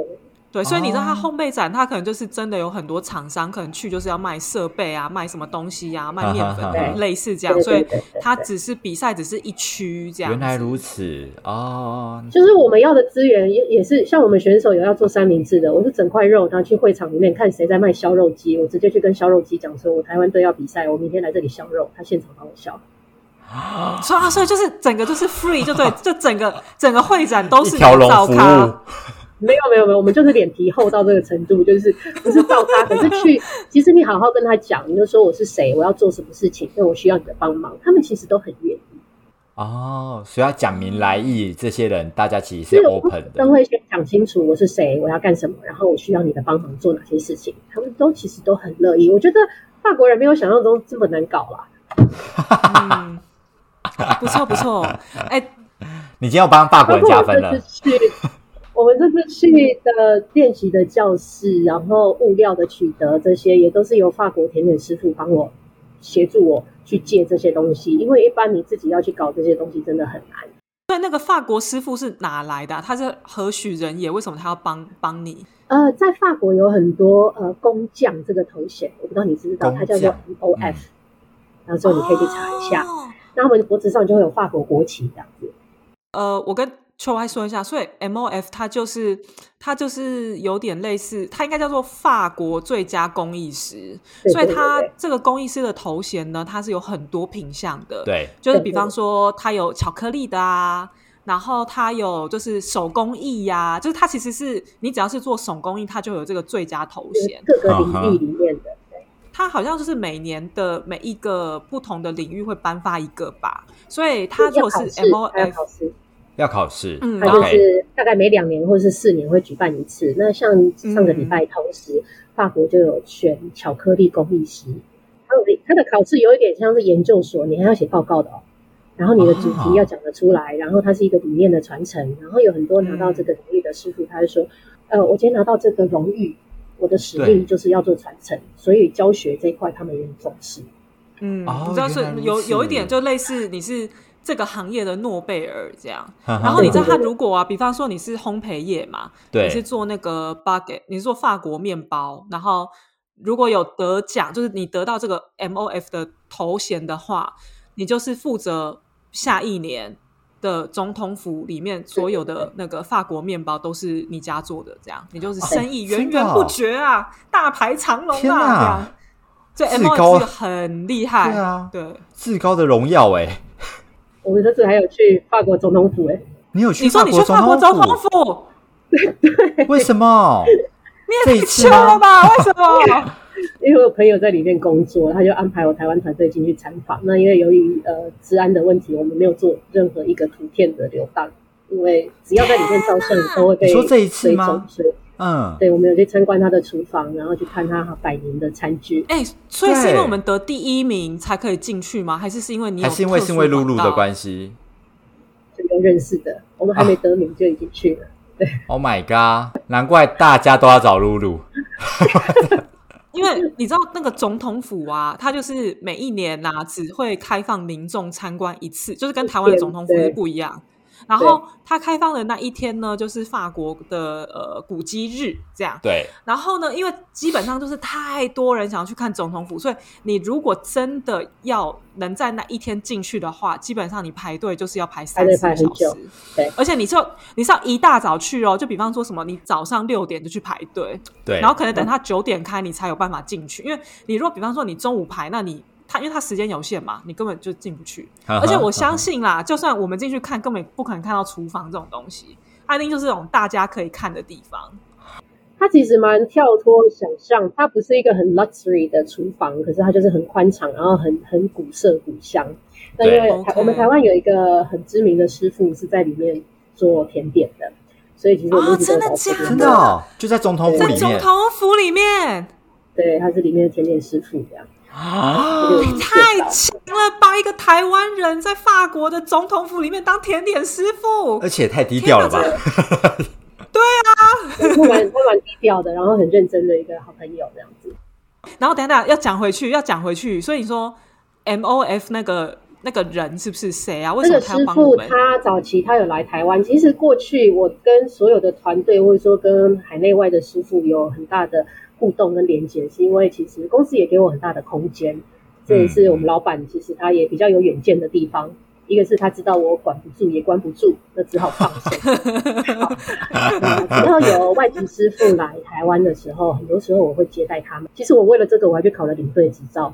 对，所以你知道它烘焙展，它可能就是真的有很多厂商可能去就是要卖设备啊，卖什么东西啊，卖面粉类似这样，所以它只是比赛只是一区这样。 原来如此哦， 就是我们要的资源也是像我们选手有要做三明治的，我是整块肉，然后去会场里面看谁在卖削肉机，我直接去跟削肉机讲说，我台湾队要比赛，我明天来这里削肉，他现场帮我削。 所以就是整个就是 free 就对，就整个会展都是一条龙服务。 没有，我们就是脸皮厚到这个程度，就是不是照他，可是去，其实你好好跟他讲，你就说我是谁，我要做什么事情，所以我需要你的帮忙，他们其实都很愿意。 哦，所以要讲明来意，这些人大家其实是 open 的， 都会先讲清楚我是谁，我要干什么，然后我需要你的帮忙做哪些事情，他们都其实都很乐意。我觉得法国人没有想象中这么难搞啦。 不错， 你今天要帮法国人加分了。 我们这次去的练习的教室，然后物料的取得，这些也都是由法国甜点师傅帮我协助我去借这些东西，因为一般你自己要去搞这些东西真的很难。 所以那个法国师傅是哪来的他是何许人也？为什么他要帮你？ 在法国有很多工匠这个头衔，我不知道你知不知道，它叫做 MOF，然后之后你可以去查一下。那他们脖子上就会有法国国旗这样子。 我跟秋爱说一下，所以 MOF 它就是有点类似，它应该叫做法国最佳工艺师，所以它这个工艺师的头衔呢，它是有很多品项的， 对， 就是比方说它有巧克力的啊，然后它有就是手工艺呀，就是它其实是你只要是做手工艺，它就有这个最佳头衔， 各个领域里面的。 它好像就是每年的每一个不同的领域会颁发一个吧，所以它如果是 MOF 要考试， 它就是大概每2年或是4年会举办一次。那像上个礼拜同时，法国就有选巧克力工艺师，它的考试有一点像是研究所，你还要写报告的哦。然后你的主题要讲得出来，然后它是一个理念的传承。然后有很多拿到这个荣誉的师傅，他就说，我今天拿到这个荣誉，我的使命就是要做传承，所以教学这一块他们也很重视。 你知道是有一点就类似你是这个行业的诺贝尔这样，然后你知道他如果比方说你是烘焙业嘛，你是做那个 baguette， 你是做法国面包，然后如果有得奖，就是你得到这个 MOF 的头衔的话，你就是负责下一年的总统府里面所有的那个法国面包都是你家做的，这样你就是生意源源不绝啊，大排长龙啊，这样。所以 MOF 很厉害，对， 至高的荣耀我们这次还有去法国总统府你有去？ 你说你去法国总统府？ 对， 为什么？ 你也太糗了吧？为什么？ 因为我朋友在里面工作，他就安排我台湾团队进去参访。那因为由于治安的问题，我们没有做任何一个图片的流荡，因为只要在里面照相都会被你说这一次吗？ 对，我们有去参观他的厨房，然后去看他摆明的餐具。 所以是因为我们得第1名才可以进去吗？还是因为你有？ 还是因为露露的关系？ 就有认识的，我们还没得名就已经去了。对 ，Oh my god！ 难怪大家都要找露露。 因为你知道那个总统府啊，它就是每一年只会开放民众参观一次，就是跟台湾的总统府是不一样。然后它开放的那一天呢，就是法国的古迹日这样。 对。 然后呢，因为基本上就是太多人想要去看总统府，所以你如果真的要能在那一天进去的话，基本上你排队就是要排30个小时。 对。 而且你是要一大早去哦，就比方说什么，你早上6点就去排队， 对。 然后可能等他9点开，你才有办法进去。因为你如果比方说你中午排，那你因为它时间有限嘛，你根本就进不去。而且我相信啦，就算我们进去看，根本不可能看到厨房这种东西，它一定就是这种大家可以看的地方。 它其实蛮跳脱想象，它不是一个很 luxury 的厨房，可是它就是很宽敞，然后很古色古香。那因为我们台湾有一个很知名的师傅是在里面做甜点的，所以其实我们真的假的？ 真的就在总统府里面。 在总统府里面， 对，他是里面的甜点师傅这样。 你太强了吧！一个台湾人在法国的总统府里面当甜点师傅， 而且太低调了吧？ 对啊， 他蛮低调的，然后很认真的一个好朋友这样子。 然后等一下要讲回去，所以你说 MOF 那个那个人是不是谁啊？为什么他要帮我们？那个师傅他早期他有来台湾，其实过去我跟所有的团队或者说跟海内外的师傅有很大的互动跟连结，是因为其实公司也给我很大的空间，这也是我们老板其实他也比较有远见的地方。一个是他知道我管不住也关不住，那只好放手。只要有外籍师傅来台湾的时候，很多时候我会接待他们。其实我为了这个我还去考了领队执照。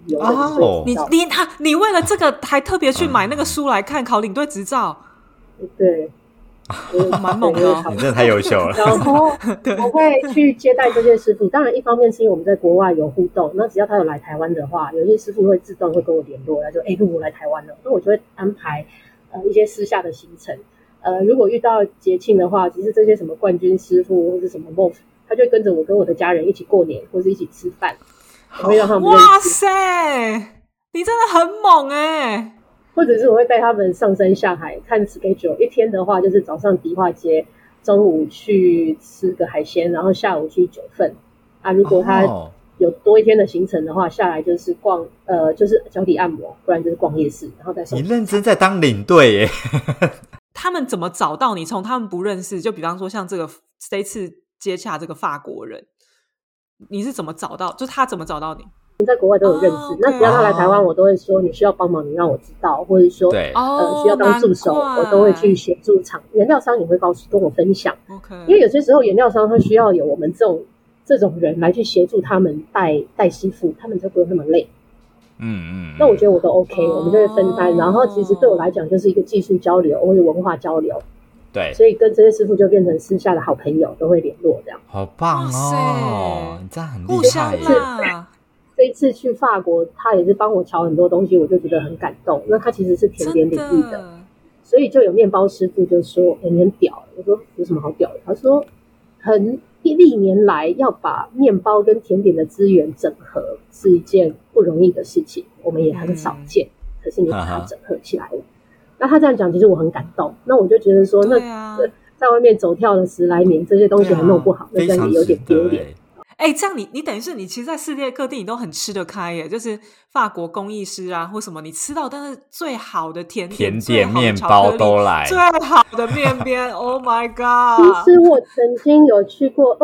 你为了这个还特别去买那个书来看，考领队执照。 对， 蛮猛的。 你真的太优秀了。 然后我会去接待这些师傅，当然一方面是因为我们在国外有互动，那只要他有来台湾的话，有些师傅会自动会跟我联络，他说如果我来台湾了，那我就会安排一些私下的行程。如果遇到节庆的话，其实这些什么冠军师傅或是什么 MOF， 他就跟着我跟我的家人一起过年，或是一起吃饭，我会让他们认识。 哇塞，你真的很猛欸！ 或者是我会带他们上山下海看 schedule， 一天的话就是早上迪化街，中午去吃个海鲜，然后下午去九份啊。如果他有多一天的行程的话，下来就是逛就是脚底按摩，不然就是逛夜市，然后再送。 你认真在当领队耶。 他们怎么找到你？从他们不认识，就比方说像这次接洽这个法国人，你是怎么找到？就他怎么找到你？ 在国外都有认识，那只要他来台湾，我都会说你需要帮忙，你让我知道，或者说需要当助手，我都会去协助原料商也会跟我分享。因为有些时候原料商他需要有我们这种人来去协助他们带师傅，他们就不用那么累。那我觉得我都 OK，我们就会分担。然后其实对我来讲就是一个技术交流或者文化交流。 对， 所以跟这些师傅就变成私下的好朋友，都会联络这样。 好棒哦，你这样很厉害耶。 这一次去法国，他也是帮我调很多东西，我就觉得很感动。那他其实是甜点领域的，所以就有面包师傅就说：“你很屌。”我说：“有什么好屌的？”他说：“历年来要把面包跟甜点的资源整合是一件不容易的事情，我们也很少见。可是你把它整合起来了。”那他这样讲，其实我很感动。那我就觉得说，在外面走跳了10来年，这些东西还弄不好，那这样也有点丢脸。 这样你等于是你其实在世界各地你都很吃得开耶，就是法国工艺师啊或什么，你吃到但是最好的甜点面包都来， 最好的面边Oh my god。 其实我曾经有去过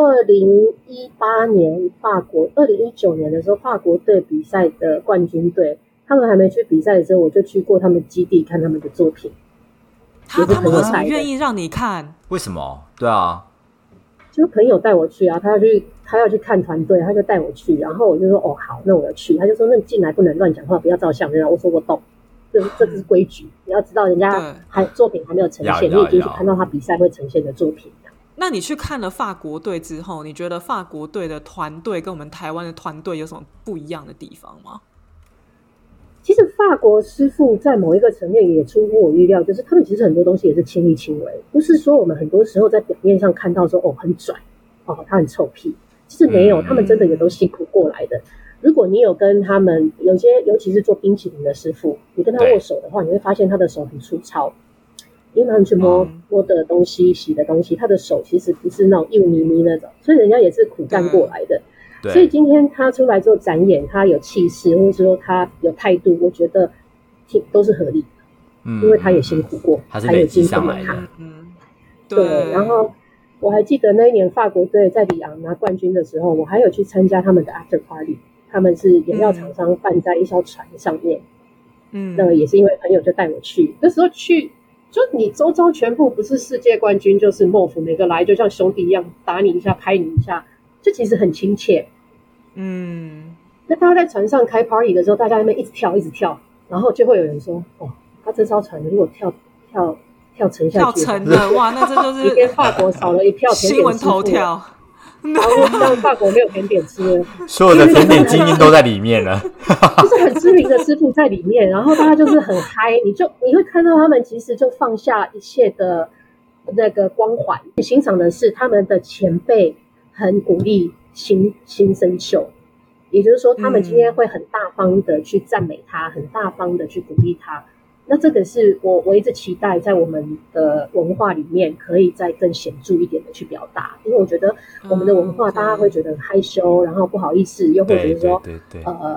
2018年法国2019年的时候，法国队比赛的冠军队，他们还没去比赛的时候，我就去过他们基地看他们的作品。 他们为什么愿意让你看？ 为什么？对啊， 就朋友带我去啊，他要去看团队，他就带我去，然后我就说好，那我要去。他就说那你进来不能乱讲话，不要照相。我说我懂，这是规矩，你要知道人家作品还没有呈现，你已经去看到他比赛会呈现的作品。 那你去看了法国队之后，你觉得法国队的团队跟我们台湾的团队有什么不一样的地方吗？ 其实法国师傅在某一个层面也出乎我预料，就是他们其实很多东西也是亲力亲为，不是说我们很多时候在表面上看到说很拽，他很臭屁，其实没有，他们真的也都辛苦过来的。如果你有跟他们有些，尤其是做冰淇淋的师傅，你跟他握手的话，你会发现他的手很粗糙，因为他们去摸的东西、洗的东西，他的手其实不是那种幼咪咪那种，所以人家也是苦干过来的。所以今天他出来做展演，他有气势，或者说他有态度，我觉得都是合理的。因为他也辛苦过， 他是累积上来的。 对。然后我还记得那一年法国队在里昂拿冠军的时候，我还有去参加他们的 after party， 他们是原料厂商办在一艘船上面。那也是因为朋友就带我去，那时候去就你周遭全部不是世界冠军就是 MOF， 每个来就像兄弟一样打你一下拍你一下，就其实很亲切。那大家在船上开 party 的时候，大家在那边一直跳，然后就会有人说他这艘船如果跳沉下去， 跳沉了，哇，那这就是一边法国少了一票甜点新闻头条， 然后让法国没有甜点吃了， 所有的甜点精英都在里面了， 就是很知名的师傅在里面，然后大家就是很嗨，你会看到他们其实就放下一切的那个光环，欣赏的是他们的前辈很鼓励新生秀，也就是说他们今天会很大方的去赞美他，很大方的去鼓励他。那这个是我一直期待在我们的文化里面可以再更显著一点的去表达，因为我觉得我们的文化大家会觉得很害羞，然后不好意思，又或者是说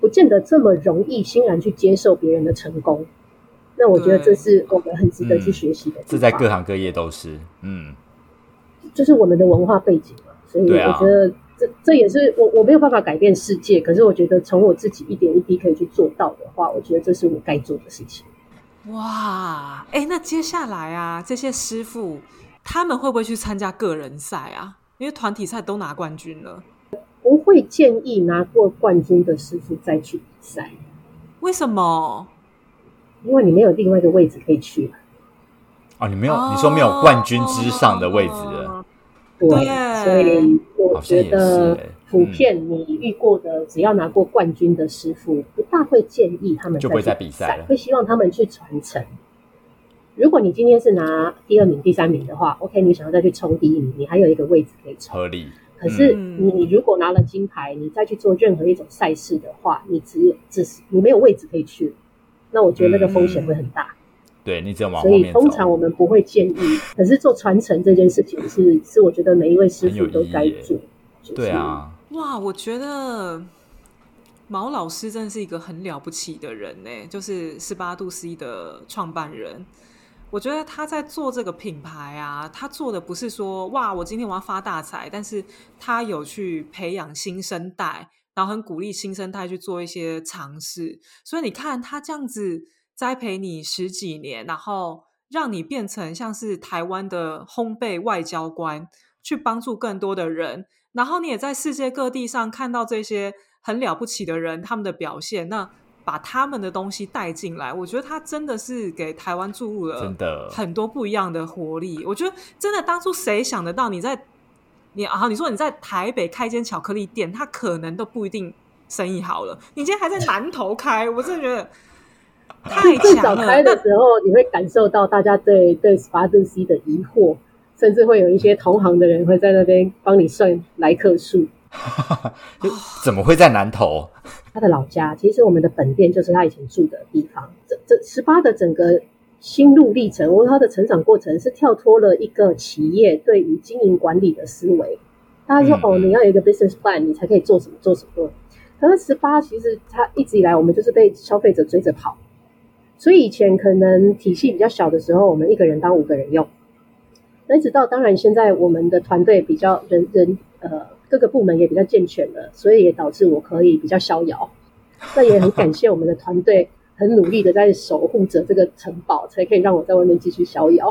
不见得这么容易欣然去接受别人的成功。那我觉得这是我们很值得去学习的地方。 这在各行各业都是， 就是我们的文化背景嘛，所以我觉得这也是我没有办法改变世界，可是我觉得从我自己一点一滴可以去做到的话，我觉得这是我该做的事情。 哇，那接下来啊，这些师傅他们会不会去参加个人赛啊？因为团体赛都拿冠军了。 不会建议拿过冠军的师傅再去比赛。 为什么？ 因为你没有另外一个位置可以去了。你没有，你说没有冠军之上的位置了。 对，所以我觉得普遍你遇过的只要拿过冠军的师傅，不大会建议他们就不会再比赛了， 会希望他们去传承。如果你今天是拿第2名、第3名的话 ，OK， 你想要再去冲第1名，你还有一个位置可以冲， 合理。 可是你如果拿了金牌，你再去做任何一种赛事的话，你你没有位置可以去，那我觉得那个风险会很大。 对，你只有往后面走。 所以通常我们不会建议，可是做传承这件事情是我觉得每一位师傅都该做。 对啊， 哇，我觉得毛老师真的是一个很了不起的人呢，就是18度 C 的创办人。我觉得他在做这个品牌啊，他做的不是说哇我今天我要发大财，但是他有去培养新生代，然后很鼓励新生代去做一些尝试。所以你看他这样子栽培你10几年，然后让你变成像是台湾的烘焙外交官，去帮助更多的人，然后你也在世界各地上看到这些很了不起的人他们的表现，那把他们的东西带进来，我觉得他真的是给台湾注入了很多不一样的活力。我觉得真的当初谁想得到你说你在台北开间巧克力店，他可能都不一定生意好了，你今天还在南投开，我真的觉得太强了。 最早开的时候你会感受到大家对18度 C 的疑惑，甚至会有一些同行的人会在那边帮你算来客数。 怎么会在南投？ 他的老家，其实我们的本店就是他以前住的地方。这18的整个心路历程，或者他的成长过程，是跳脱了一个企业对于经营管理的思维。大家说你要有一个 business plan， 你才可以做什么做什么。可是18其实他一直以来我们就是被消费者追着跑，所以以前可能体系比较小的时候，我们1个人当5个人用。那直到当然现在我们的团队比较各个部门也比较健全了，所以也导致我可以比较逍遥。那也很感谢我们的团队很努力的在守护着这个城堡，才可以让我在外面继续逍遥。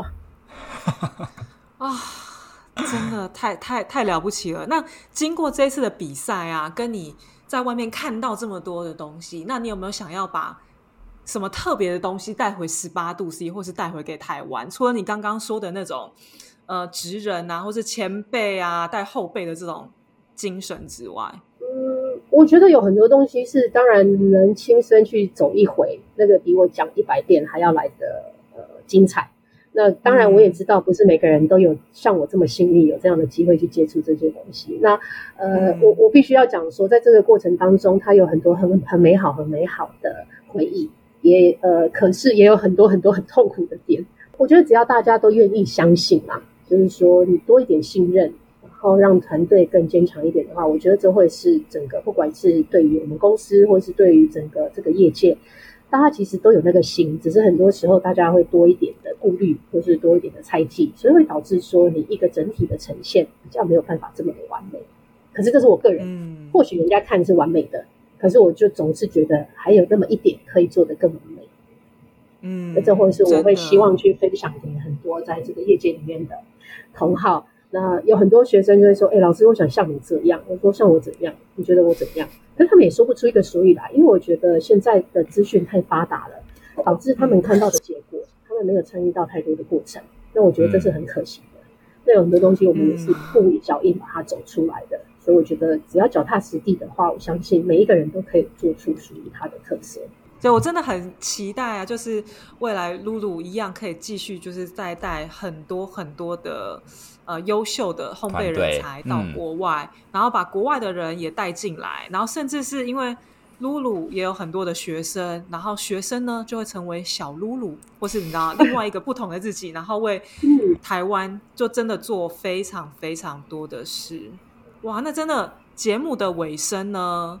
真的太了不起了。那经过这次的比赛啊，跟你在外面看到这么多的东西，那你有没有想要把什么特别的东西带回18度 C， 或是带回给台湾？除了你刚刚说的那种职人啊，或是前辈啊带后辈的这种精神之外， 我觉得有很多东西是当然能亲身去走一回，那个比我讲100遍还要来的精彩。那当然我也知道不是每个人都有像我这么幸运有这样的机会去接触这些东西。那我必须要讲说，在这个过程当中它有很多很美好的回忆，可是也有很多很痛苦的点。我觉得只要大家都愿意相信嘛，就是说你多一点信任，然后让团队更坚强一点的话，我觉得这会是整个不管是对于我们公司或是对于整个这个业界，大家其实都有那个心，只是很多时候大家会多一点的顾虑或是多一点的猜忌，所以会导致说你一个整体的呈现比较没有办法这么的完美。可是这是我个人，或许人家看是完美的，可是我就总是觉得还有那么一点可以做得更完美。这会是我会希望去分享给很多在这个业界里面的同好。那有很多学生就会说老师我想像你这样，我说像我怎样，你觉得我怎样？可是他们也说不出一个所以来，因为我觉得现在的资讯太发达了，导致他们看到的结果他们没有参与到太多的过程，那我觉得这是很可惜的。那有很多东西我们也是步一脚印把它走出来的，所以我觉得只要脚踏实地的话，我相信每一个人都可以做出属于他的特色。 所以我真的很期待啊，就是未来露露一样可以继续就是再带很多很多的优秀的烘焙人才到国外，然后把国外的人也带进来，然后甚至是因为露露也有很多的学生，然后学生呢就会成为小露露，或是你知道另外一个不同的自己，然后为台湾就真的做非常非常多的事。哇，那真的节目的尾声呢，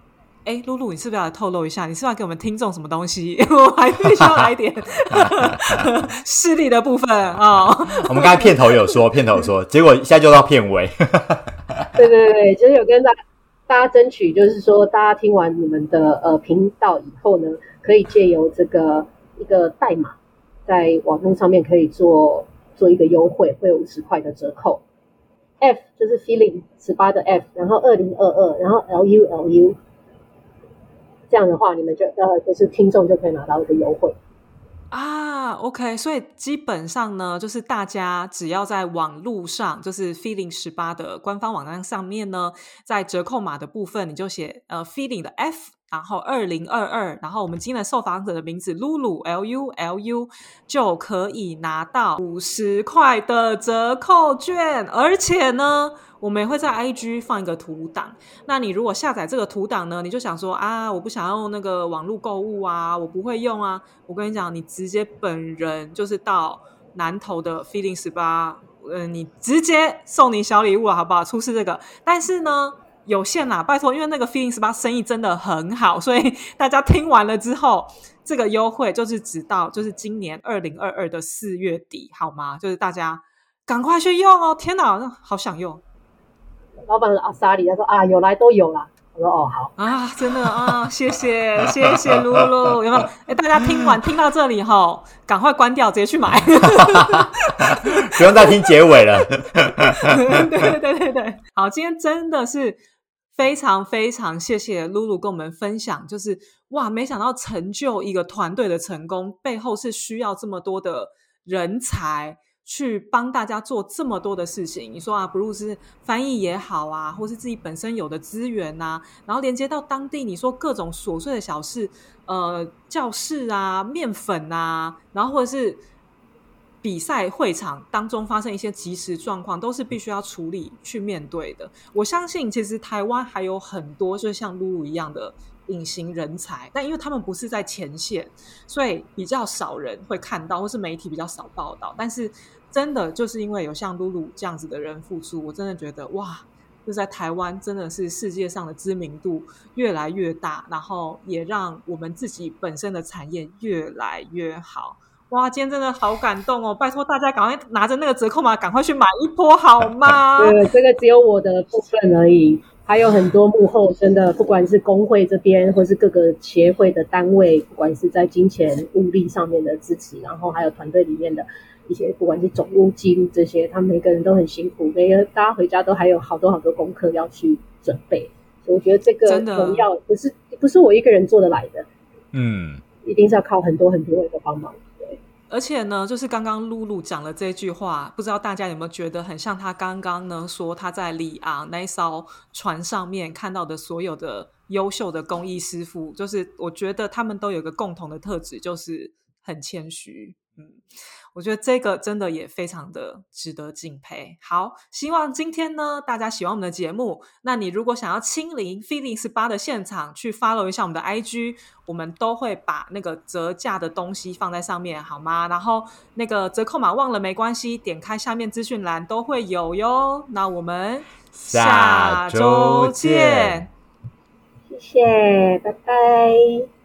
露露，你是不是要来透露一下，你是不是要给我们听众什么东西？我还必须要来一点势力的部分哦。 我们刚才片头有说，结果现在就到片尾。 对对对，就是有跟大家争取，就是说大家听完你们的频道以后呢，可以借由这个一个代码，在网络上面可以做一个优惠，会有50块的折扣。F 就是 feeling 18的 F， 然后2022，然后 LU， 这样的话你们就是听众就可以拿到一个优惠。 OK， 所以基本上呢，就是大家只要在网路上，就是 Feeling 18的官方网站上面呢，在折扣码的部分，你就写Feeling 的 F， 然后2022，然后我们今天的受访者的名字 Lulu LU， 就可以拿到50块的折扣券，而且呢，我们也会在 IG 放一个图档。那你如果下载这个图档呢，你就想说我不想用那个网络购物啊，我不会用啊。我跟你讲，你直接本人就是到南投的 Feeling 18，你直接送你小礼物好不好？出示这个，但是呢有限啦，拜托，因为那个 Feeling 18生意真的很好，所以大家听完了之后，这个优惠就是直到就是今年2022的4月底，好吗？就是大家赶快去用哦！天哪，好想用。 老板阿莎莉他说有来都有啦，我说好真的谢谢露露，有没有？大家听到这里齁，赶快关掉，直接去买， 不用再听结尾了。 对，好，今天真的是非常非常谢谢露露跟我们分享，就是没想到成就一个团队的成功背后是需要这么多的人才去帮大家做这么多的事情。你说不论是翻译也好或是自己本身有的资源然后连接到当地，你说各种琐碎的小事，教室面粉然后或者是比赛会场当中发生一些即时状况，都是必须要处理去面对的。我相信其实台湾还有很多就像露露一样的隐形人才，但因为他们不是在前线，所以比较少人会看到，或是媒体比较少报道。但是真的就是因为有像露露这样子的人付出，我真的觉得就在台湾真的是世界上的知名度越来越大，然后也让我们自己本身的产业越来越好。今天真的好感动哦！拜托大家赶快拿着那个折扣码赶快去买一波好吗？ 对，这个只有我的部分而已，还有很多幕后真的，不管是工会这边或是各个协会的单位，不管是在金钱物力上面的支持，然后还有团队里面的一些不管是总务记录这些，他们每个人都很辛苦，大家回家都还有好多好多功课要去准备，所以我觉得这个荣耀不是我一个人做得来的，一定是要靠很多很多人的帮忙。 而且呢，就是刚刚露露讲了这句话，不知道大家有没有觉得很像他刚刚呢说他在里昂那艘船上面看到的所有的优秀的工艺师傅，就是我觉得他们都有一个共同的特质，就是很谦虚。我觉得这个真的也非常的值得敬佩。好，希望今天呢大家喜欢我们的节目。那你如果想要亲临 Feeling 18的现场去 follow 一下我们的 IG， 我们都会把那个折价的东西放在上面好吗？然后那个折扣码忘了没关系，点开下面资讯栏都会有哟。那我们下周见， 谢谢，拜拜。